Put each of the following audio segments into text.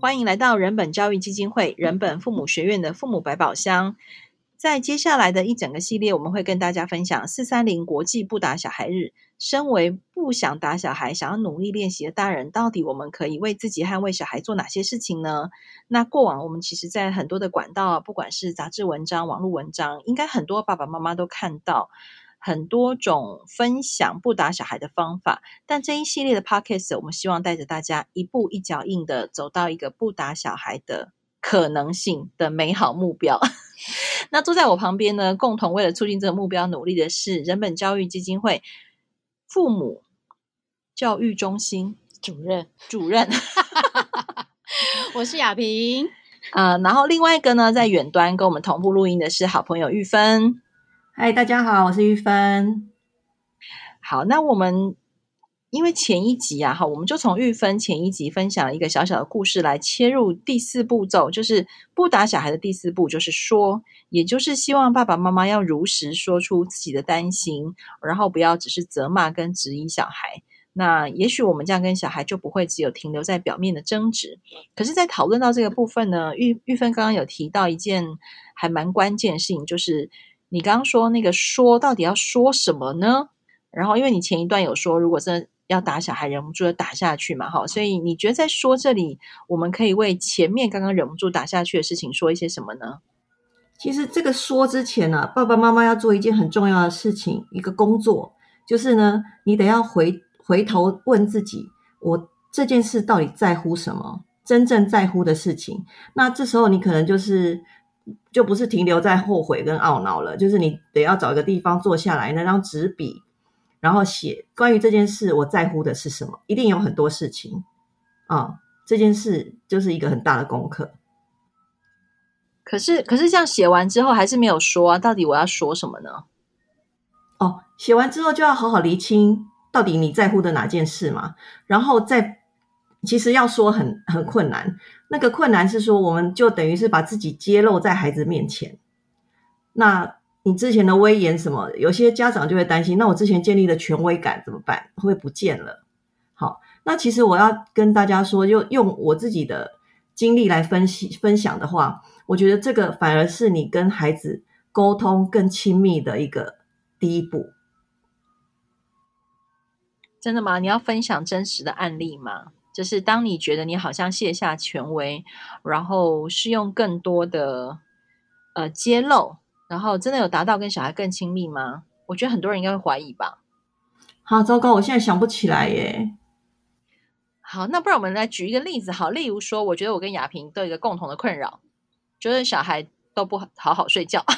欢迎来到人本教育基金会人本父母学院的父母百宝箱。在接下来的一整个系列，我们会跟大家分享430国际不打小孩日。身为不想打小孩，想要努力练习的大人，到底我们可以为自己和为小孩做哪些事情呢？那过往我们其实在很多的管道，不管是杂志文章、网络文章，应该很多爸爸妈妈都看到很多种分享不打小孩的方法，但这一系列的 podcast 我们希望带着大家一步一脚印的走到一个不打小孩的可能性的美好目标。那坐在我旁边呢，共同为了促进这个目标努力的是人本教育基金会父母教育中心主任我是雅萍然后另外一个呢，在远端跟我们同步录音的是好朋友玉芬。 嗨，大家好，我是玉芬。 好，那我们因为前一集我们就从玉芬前一集分享了一个小小的故事来切入第4步骤，就是不打小孩的第4步就是说，也就是希望爸爸妈妈要如实说出自己的担心，然后不要只是责骂跟质疑小孩。那也许我们这样跟小孩就不会只有停留在表面的争执。可是在讨论到这个部分呢，玉芬刚刚有提到一件还蛮关键的事情，就是你刚刚说那个说到底要说什么呢？然后因为你前一段有说如果真的要打小孩忍不住就打下去嘛，所以你觉得在说这里我们可以为前面刚刚忍不住打下去的事情说一些什么呢？ 其实这个说之前呢，爸爸妈妈要做一件很重要的事情，一个工作，就是呢你得要回头问自己，我这件事到底在乎什么，真正在乎的事情。那这时候你可能就不是停留在后悔跟懊恼了，就是你得要找一个地方坐下来，那张纸笔，然后写关于这件事我在乎的是什么，一定有很多事情这件事就是一个很大的功课。 可是这样写完之后还是没有说到底我要说什么呢？ 写完之后就要好好厘清到底你在乎的哪件事嘛，然后其实要说很困难，那个困难是说我们就等于是把自己揭露在孩子面前，那你之前的威严什么，有些家长就会担心，那我之前建立的权威感怎么办，会不会不见了？好，那其实我要跟大家说，就用我自己的经历来分享的话，我觉得这个反而是你跟孩子沟通更亲密的一个第一步。 真的吗？你要分享真实的案例吗？就是当你觉得你好像卸下权威，然后是用更多的揭露，然后真的有达到跟小孩更亲密吗？我觉得很多人应该会怀疑吧。 好，糟糕，我现在想不起来耶。 好，那不然我们来举一个例子。好，例如说，我觉得我跟雅萍都有一个共同的困扰，就是小孩都不好好睡觉。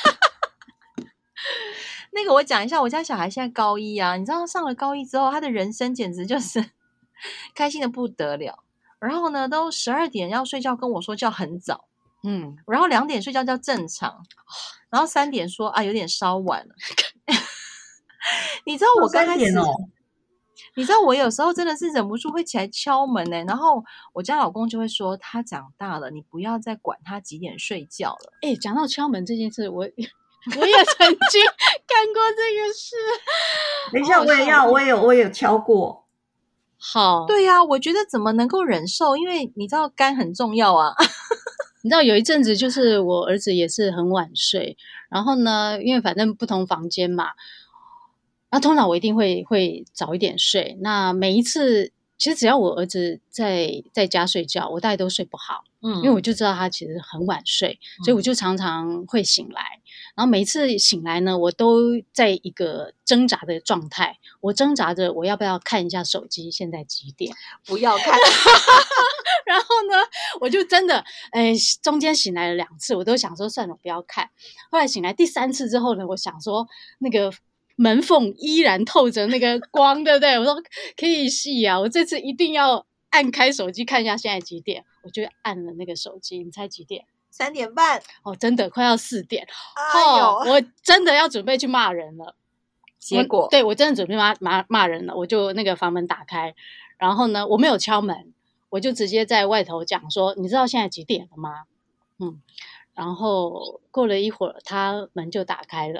那个我讲一下，我家小孩现在高1啊，你知道上了高1之后，他的人生简直就是开心的不得了。然后呢，都12点要睡觉，跟我说叫很早，然后2点睡觉叫正常，然后3点说有点稍晚了。你知道我刚开始你知道我有时候真的是忍不住会起来敲门然后我家老公就会说他长大了，你不要再管他几点睡觉了。 讲到敲门这件事，我也曾经干过这个事。 等一下，我也有敲过。 好， 对啊，我觉得怎么能够忍受？因为你知道肝很重要啊。 你知道有一阵子就是我儿子也是很晚睡，然后呢，因为反正不同房间嘛，那通常我一定会早一点睡。那每一次其实只要我儿子在家睡觉，我大概都睡不好，因为我就知道他其实很晚睡，所以我就常常会醒来。然后每一次醒来呢，我都在一个挣扎的状态，我挣扎着我要不要看一下手机现在几点， 不要看。 然后呢，我就真的中间醒来了2次，我都想说算了不要看。后来醒来第3次之后呢，我想说那个门缝依然透着那个光，对不对？我说可以洗啊，我这次一定要按开手机看一下现在几点。我就按了那个手机，你猜几点 ？3点半。 真的快要4点。 我真的要准备去骂人了。 结果对，我真的准备骂人了。我就那个房门打开，然后呢我没有敲门，我就直接在外头讲说，你知道现在几点了吗？然后过了一会儿他门就打开了，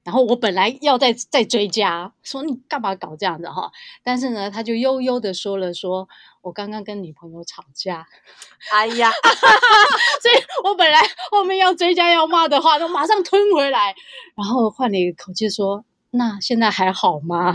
然后我本来要再追加，说你干嘛搞这样子哈？但是呢，他就悠悠的说我刚刚跟女朋友吵架， 哎呀， 所以我本来后面要追加要骂的话，都马上吞回来，然后换了一个口气说：“那现在还好吗？”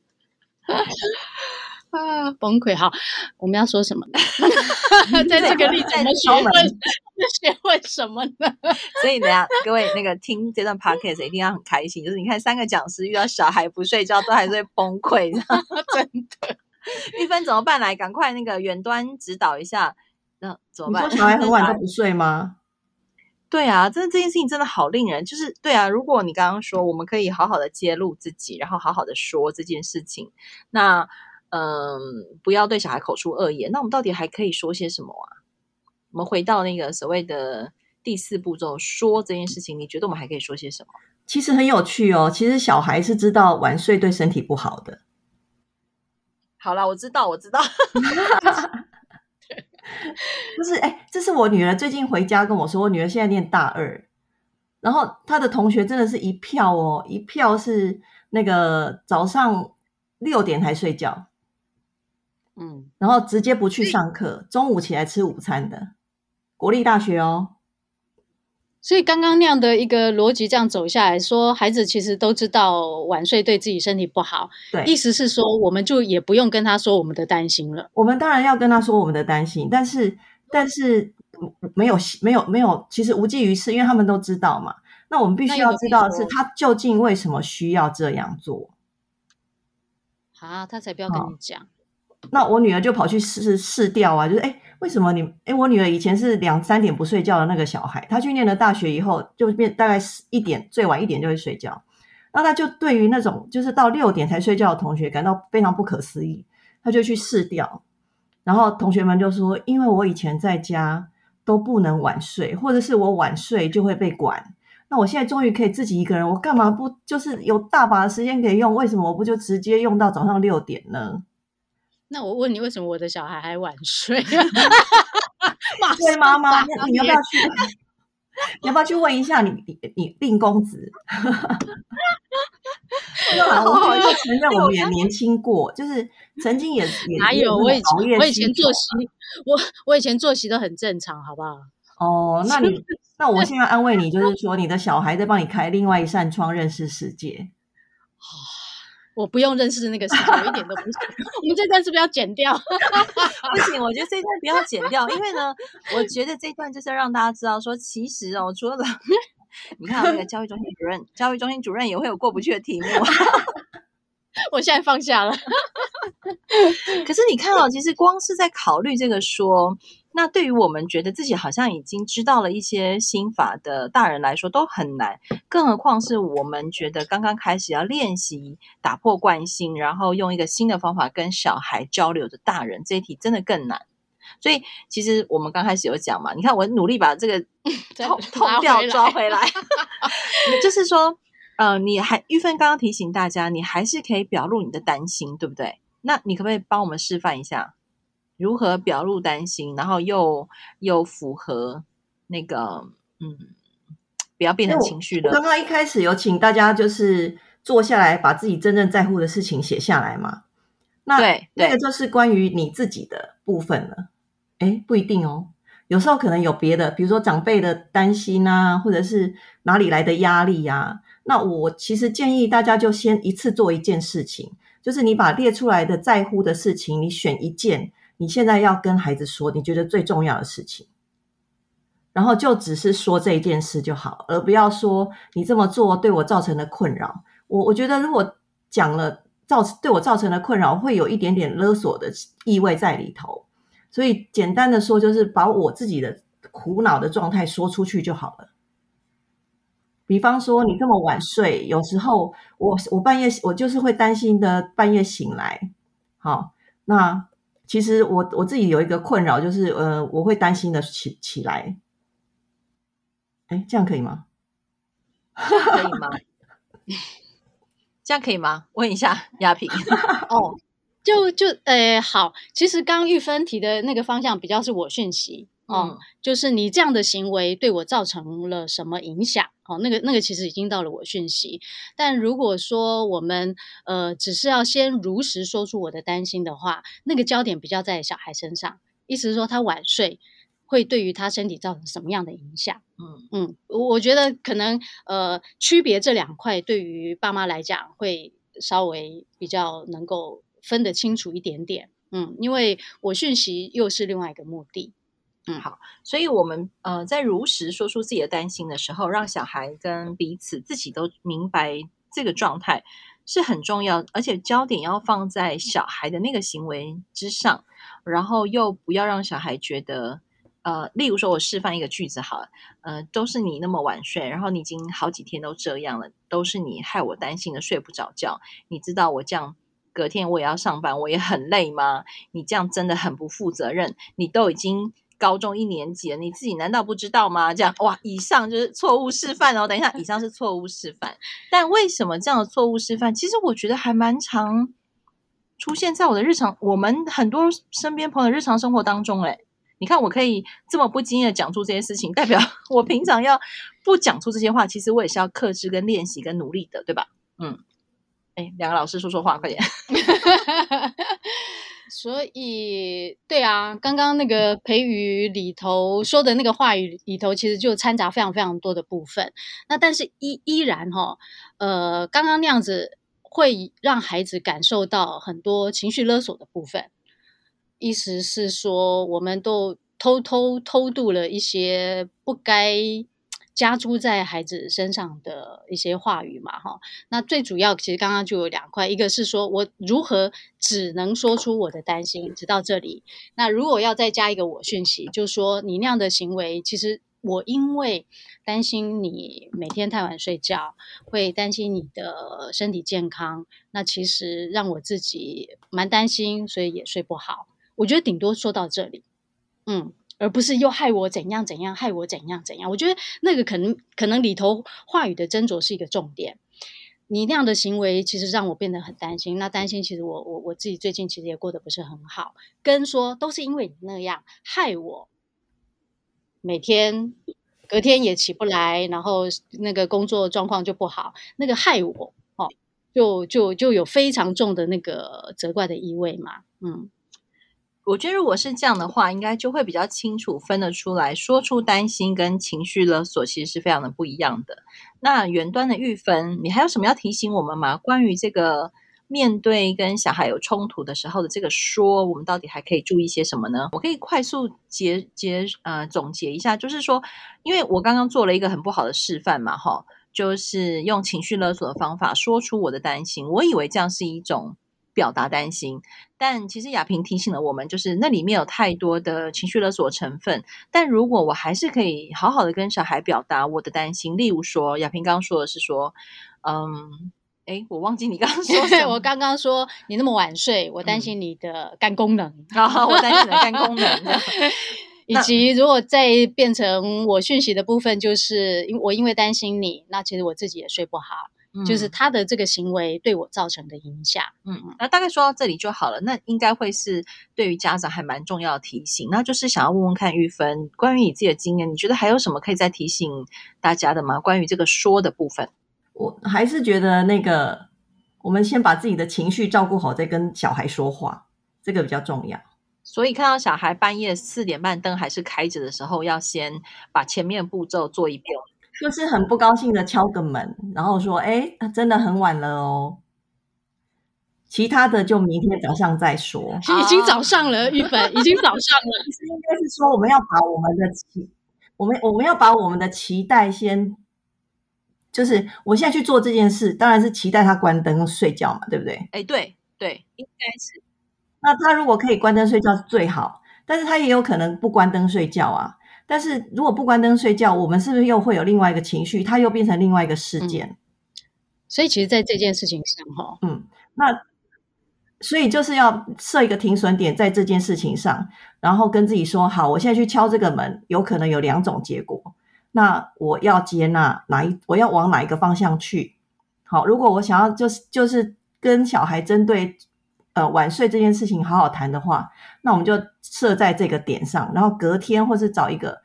啊，崩溃！好，我们要说什么呢？在这个例子，我们学会什么呢？ 所以等一下各位那个听这段 podcast 一定要很开心，就是你看3个讲师遇到小孩不睡觉都还是会崩溃， 真的。 玉芬怎么办？来，赶快那个远端指导一下，那怎么办？ 你说小孩很晚都不睡吗？ 对啊，这件事情真的好令人，就是对啊，如果你刚刚说我们可以好好的揭露自己，然后好好的说这件事情，那不要对小孩口出恶言，那我们到底还可以说些什么啊？我们回到那个所谓的第4步骤，说这件事情，你觉得我们还可以说些什么？ 其实很有趣哦，其实小孩是知道晚睡对身体不好的。 好啦，我知道就是这是我女儿最近回家跟我说，我女儿现在念大2，然后她的同学真的是一票哦，一票是那个早上6点才睡觉，然后直接不去上课，中午起来吃午餐的，国立大学哦。 所以刚刚那样的一个逻辑这样走下来说，孩子其实都知道晚睡对自己身体不好， 对， 意思是说我们就也不用跟他说我们的担心了。 我们当然要跟他说我们的担心，但是没有，其实无济于事，因为他们都知道嘛。那我们必须要知道的是他究竟为什么需要这样做啊，他才不要跟你讲。 那我女儿就跑去试调啊，就是为什么我女儿以前是2-3点不睡觉的那个小孩，她去念了大学以后就变大概1点，最晚1点就会睡觉。那她就对于那种就是到6点才睡觉的同学感到非常不可思议，她就去试调，然后同学们就说，因为我以前在家都不能晚睡，或者是我晚睡就会被管，那我现在终于可以自己一个人，我干嘛不就是有大把的时间可以用，为什么我不就直接用到早上6点呢？ 那我问你，为什么我的小孩还晚睡？对妈妈，你要不要去？你要不要去问一下你令公子？我们就承认我们也年轻过，就是曾经也哪有我以前作息，我以前作息都很正常，好不好？ 哦，那我现在安慰你，就是说你的小孩在帮你开另外一扇窗，认识世界。 我不用认识那个世界，我一点都不想。我们这段是不是要剪掉？ 不行，我觉得这段不要剪掉，因为呢，我觉得这段就是要让大家知道说，其实哦，除了你看那个教育中心主任也会有过不去的题目。 我现在放下了。 可是你看哦，其实光是在考虑这个说，那对于我们觉得自己好像已经知道了一些心法的大人来说都很难，更何况是我们觉得刚刚开始要练习打破惯性，然后用一个新的方法跟小孩交流的大人，这一题真的更难。所以其实我们刚开始有讲嘛，你看我努力把这个痛调抓回来。就是说玉芬刚刚提醒大家，你还是可以表露你的担心，对不对？那你可不可以帮我们示范一下如何表露担心，然后又符合那个不要变成情绪了。 刚刚一开始有请大家就是坐下来把自己真正在乎的事情写下来嘛，那个就是关于你自己的部分了。不一定哦，有时候可能有别的，比如说长辈的担心啊，或者是哪里来的压力啊。那我其实建议大家就先一次做一件事情，就是你把列出来的在乎的事情，你选一件你现在要跟孩子说你觉得最重要的事情，然后就只是说这一件事就好，而不要说你这么做对我造成的困扰。我觉得如果讲了对我造成的困扰，会有一点点勒索的意味在里头，所以简单的说就是把我自己的苦恼的状态说出去就好了。比方说你这么晚睡，有时候我半夜我就是会担心的半夜醒来。好，那其实我自己有一个困扰，就是我会担心的起来。这样可以吗？ 可以吗？这样可以吗？问一下亚萍。 哦，好。其实刚玉芬提的那个方向比较是我讯息。就是你这样的行为对我造成了什么影响？ 那个其实已经到了我讯息。但如果说我们只是要先如实说出我的担心的话，那个焦点比较在小孩身上，意思是说他晚睡会对于他身体造成什么样的影响？我觉得可能区别这两块对于爸妈来讲会稍微比较能够分得清楚一点点。因为我讯息又是另外一个目的。 好，所以我们在如实说出自己的担心的时候，让小孩跟彼此自己都明白这个状态是很重要，而且焦点要放在小孩的那个行为之上，然后又不要让小孩觉得例如说我示范一个句子好了，都是你那么晚睡，然后你已经好几天都这样了，都是你害我担心的睡不着觉，你知道我这样隔天我也要上班，我也很累吗？你这样真的很不负责任，你都已经高中1年级了，你自己难道不知道吗？这样哇，以上就是错误示范哦。等一下，以上是错误示范。但为什么这样的错误示范，其实我觉得还蛮常出现在我的日常，我们很多身边朋友日常生活当中。你看我可以这么不经意的讲出这些事情，代表我平常要不讲出这些话，其实我也是要克制跟练习跟努力的，对吧？两个老师说说话，快点。 所以对啊，刚刚那个培瑜里头说的那个话语里头，其实就掺杂非常非常多的部分。那但是依然刚刚那样子会让孩子感受到很多情绪勒索的部分。意思是说，我们都偷渡了一些不该加诸在孩子身上的一些话语嘛，那最主要其实刚刚就有2块，一个是说我如何只能说出我的担心，直到这里。那如果要再加一个我讯息，就是说你那样的行为，其实我因为担心你每天太晚睡觉，会担心你的身体健康，那其实让我自己蛮担心，所以也睡不好。我觉得顶多说到这里，而不是又害我怎样怎样，害我怎样怎样。我觉得那个可能里头话语的斟酌是一个重点。你那样的行为其实让我变得很担心，那担心其实我自己最近其实也过得不是很好，跟说都是因为你那样害我每天隔天也起不来，然后那个工作状况就不好，那个害我就有非常重的那个责怪的意味嘛。 我觉得如果是这样的话，应该就会比较清楚分得出来，说出担心跟情绪勒索其实是非常的不一样的。那远端的玉芬，你还有什么要提醒我们吗？关于这个面对跟小孩有冲突的时候的这个说，我们到底还可以注意些什么呢？我可以快速总结一下，就是说，因为我刚刚做了一个很不好的示范嘛，就是用情绪勒索的方法说出我的担心，我以为这样是一种表达担心，但其实雅萍提醒了我们，就是那里面有太多的情绪勒索成分。但如果我还是可以好好的跟小孩表达我的担心，例如说雅萍刚刚说的是说我忘记你刚刚说什么。 我刚刚说你那么晚睡，我担心你的肝功能。 我担心你的肝功能以及如果再变成我讯息的部分，就是因为担心你，那其实我自己也睡不好，就是他的这个行为对我造成的影响。 那大概说到这里就好了。那应该会是对于家长还蛮重要的提醒，那就是想要问问看玉芬，关于你自己的经验，你觉得还有什么可以再提醒大家的吗？关于这个说的部分。 我还是觉得我们先把自己的情绪照顾好，再跟小孩说话，这个比较重要。 所以看到小孩半夜4点半灯还是开着的时候，要先把前面步骤做一遍， 就是很不高兴的敲个门，然后说真的很晚了哦，其他的就明天早上再说。 已经早上了，玉芬已经早上了。 其实应该是说我们要把我们的期待先，就是我现在去做这件事，当然是期待他关灯睡觉嘛，对不对？ 对，应该是。 那他如果可以关灯睡觉是最好，但是他也有可能不关灯睡觉啊。但是如果不关灯睡觉，我们是不是又会有另外一个情绪，它又变成另外一个事件？ 所以其实在这件事情上那所以就是要设一个停损点在这件事情上，然后跟自己说，好，我现在去敲这个门，有可能有2种结果，那我要接纳我要往哪一个方向去？好，如果我想要就是跟小孩针对晚睡这件事情好好谈的话，那我们就设在这个点上，然后隔天或是找一个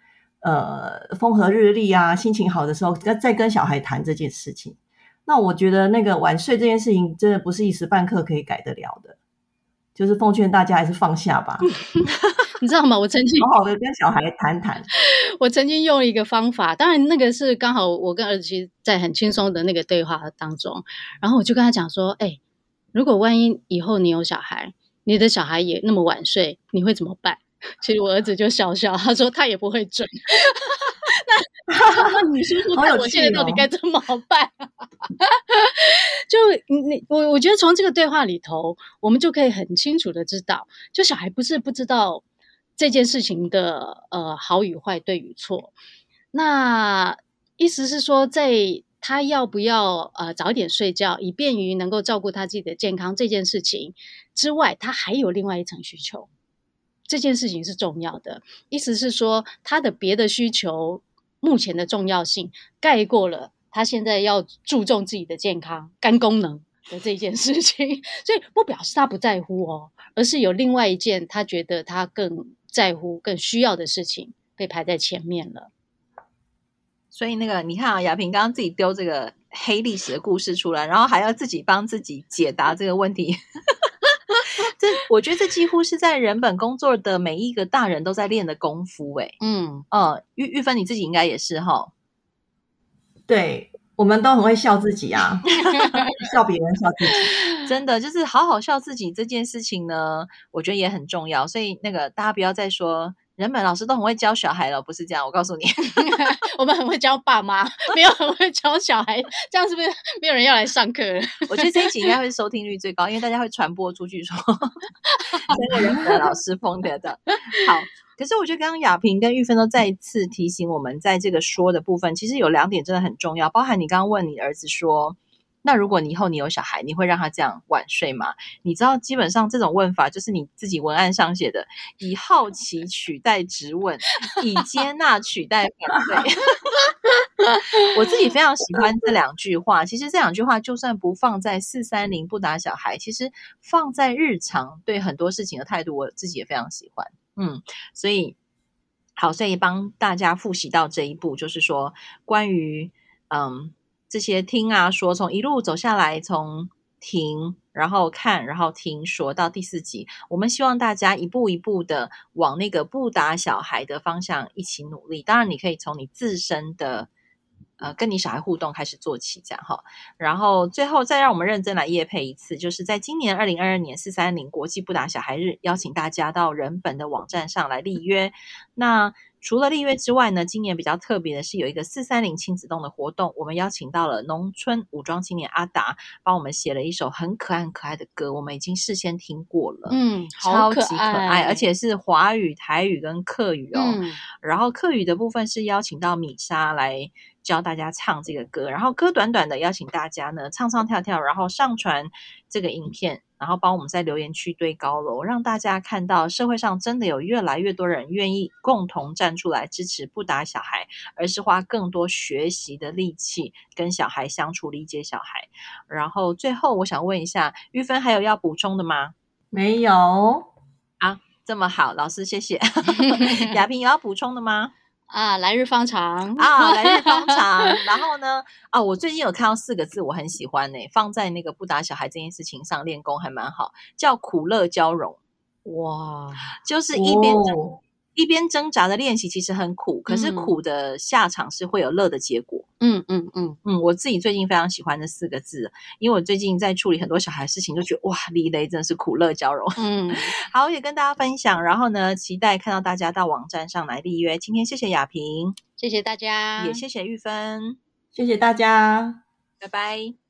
风和日丽啊，心情好的时候，再跟小孩谈这件事情。那我觉得那个晚睡这件事情真的不是一时半刻可以改得了的，就是奉劝大家还是放下吧。 你知道吗？我曾经好好的跟小孩谈谈。 我曾经用一个方法，当然那个是刚好我跟儿子其实在很轻松的那个对话当中，然后我就跟他讲说，如果万一以后你有小孩，你的小孩也那么晚睡，你会怎么办？其实我儿子就笑笑，他说他也不会准。那你说说看，我现在到底该怎么办？就我觉得从这个对话里头，我们就可以很清楚的知道，就小孩不是不知道这件事情的好与坏、对与错。那意思是说，在他要不要早一点睡觉，以便于能够照顾他自己的健康这件事情之外，他还有另外一层需求。这件事情是重要的，意思是说他的别的需求目前的重要性盖过了他现在要注重自己的健康、肝功能的这件事情，所以不表示他不在乎哦，而是有另外一件他觉得他更在乎、更需要的事情被排在前面了。 所以那个你看啊，雅萍刚刚自己丢这个黑历史的故事出来，然后还要自己帮自己解答这个问题。我觉得这几乎是在人本工作的每一个大人都在练的功夫玉芬你自己应该也是齁。 对，我们都很会笑自己啊。笑别人笑自己， 真的就是好好笑自己这件事情呢，我觉得也很重要。所以那个大家不要再说人本老师都很会教小孩了，不是这样，我告诉你。 我们很会教爸妈，没有很会教小孩，这样是不是没有人要来上课了？ 我觉得这一集应该会收听率最高，因为大家会传播出去说这个人本老师疯的。好，可是我觉得刚刚雅萍跟玉芬都再一次提醒我们，在这个说的部分其实有2点真的很重要，包含你刚刚问你儿子说，那如果以后你有小孩，你会让他这样晚睡吗？你知道基本上这种问法就是你自己文案上写的，以好奇取代质问，以接纳取代反对。我自己非常喜欢这2句话，其实这2句话就算不放在430不打小孩，其实放在日常对很多事情的态度，我自己也非常喜欢。所以好，所以帮大家复习到这一步，就是说关于这些听啊说，从一路走下来，从听然后看然后听说到第4集，我们希望大家一步一步的往那个不打小孩的方向一起努力。当然你可以从你自身的跟你小孩互动开始做起，这样齁。然后最后再让我们认真来业配一次，就是在今年2022年430国际不打小孩日，邀请大家到人本的网站上来立约。那除了立约之外呢，今年比较特别的是有一个430亲子动的活动，我们邀请到了农村武装青年阿达，帮我们写了一首很可爱很可爱的歌，我们已经事先听过了， 好可爱， 超级可爱，而且是华语、台语跟客语哦。然后客语的部分是邀请到米莎来教大家唱这个歌，然后歌短短的，邀请大家呢唱唱跳跳，然后上传这个影片，然后帮我们在留言区堆高楼，让大家看到社会上真的有越来越多人愿意共同站出来支持不打小孩，而是花更多学习的力气跟小孩相处，理解小孩。然后最后我想问一下玉芬，还有要补充的吗？ 没有啊，这么好，老师谢谢。雅萍有要补充的吗？ 来日方长来日方长。然后呢我最近有看到4个字我很喜欢放在那个不打小孩这件事情上练功还蛮好，叫苦乐交融。 哇， 就是一边挣扎的练习其实很苦，可是苦的下场是会有乐的结果。我自己最近非常喜欢这4个字，因为我最近在处理很多小孩的事情，就觉得哇，李雷真的是苦乐交融。好，也跟大家分享，然后呢，期待看到大家到网站上来立约。今天谢谢雅萍， 谢谢大家， 也谢谢玉芬， 谢谢大家， 拜拜。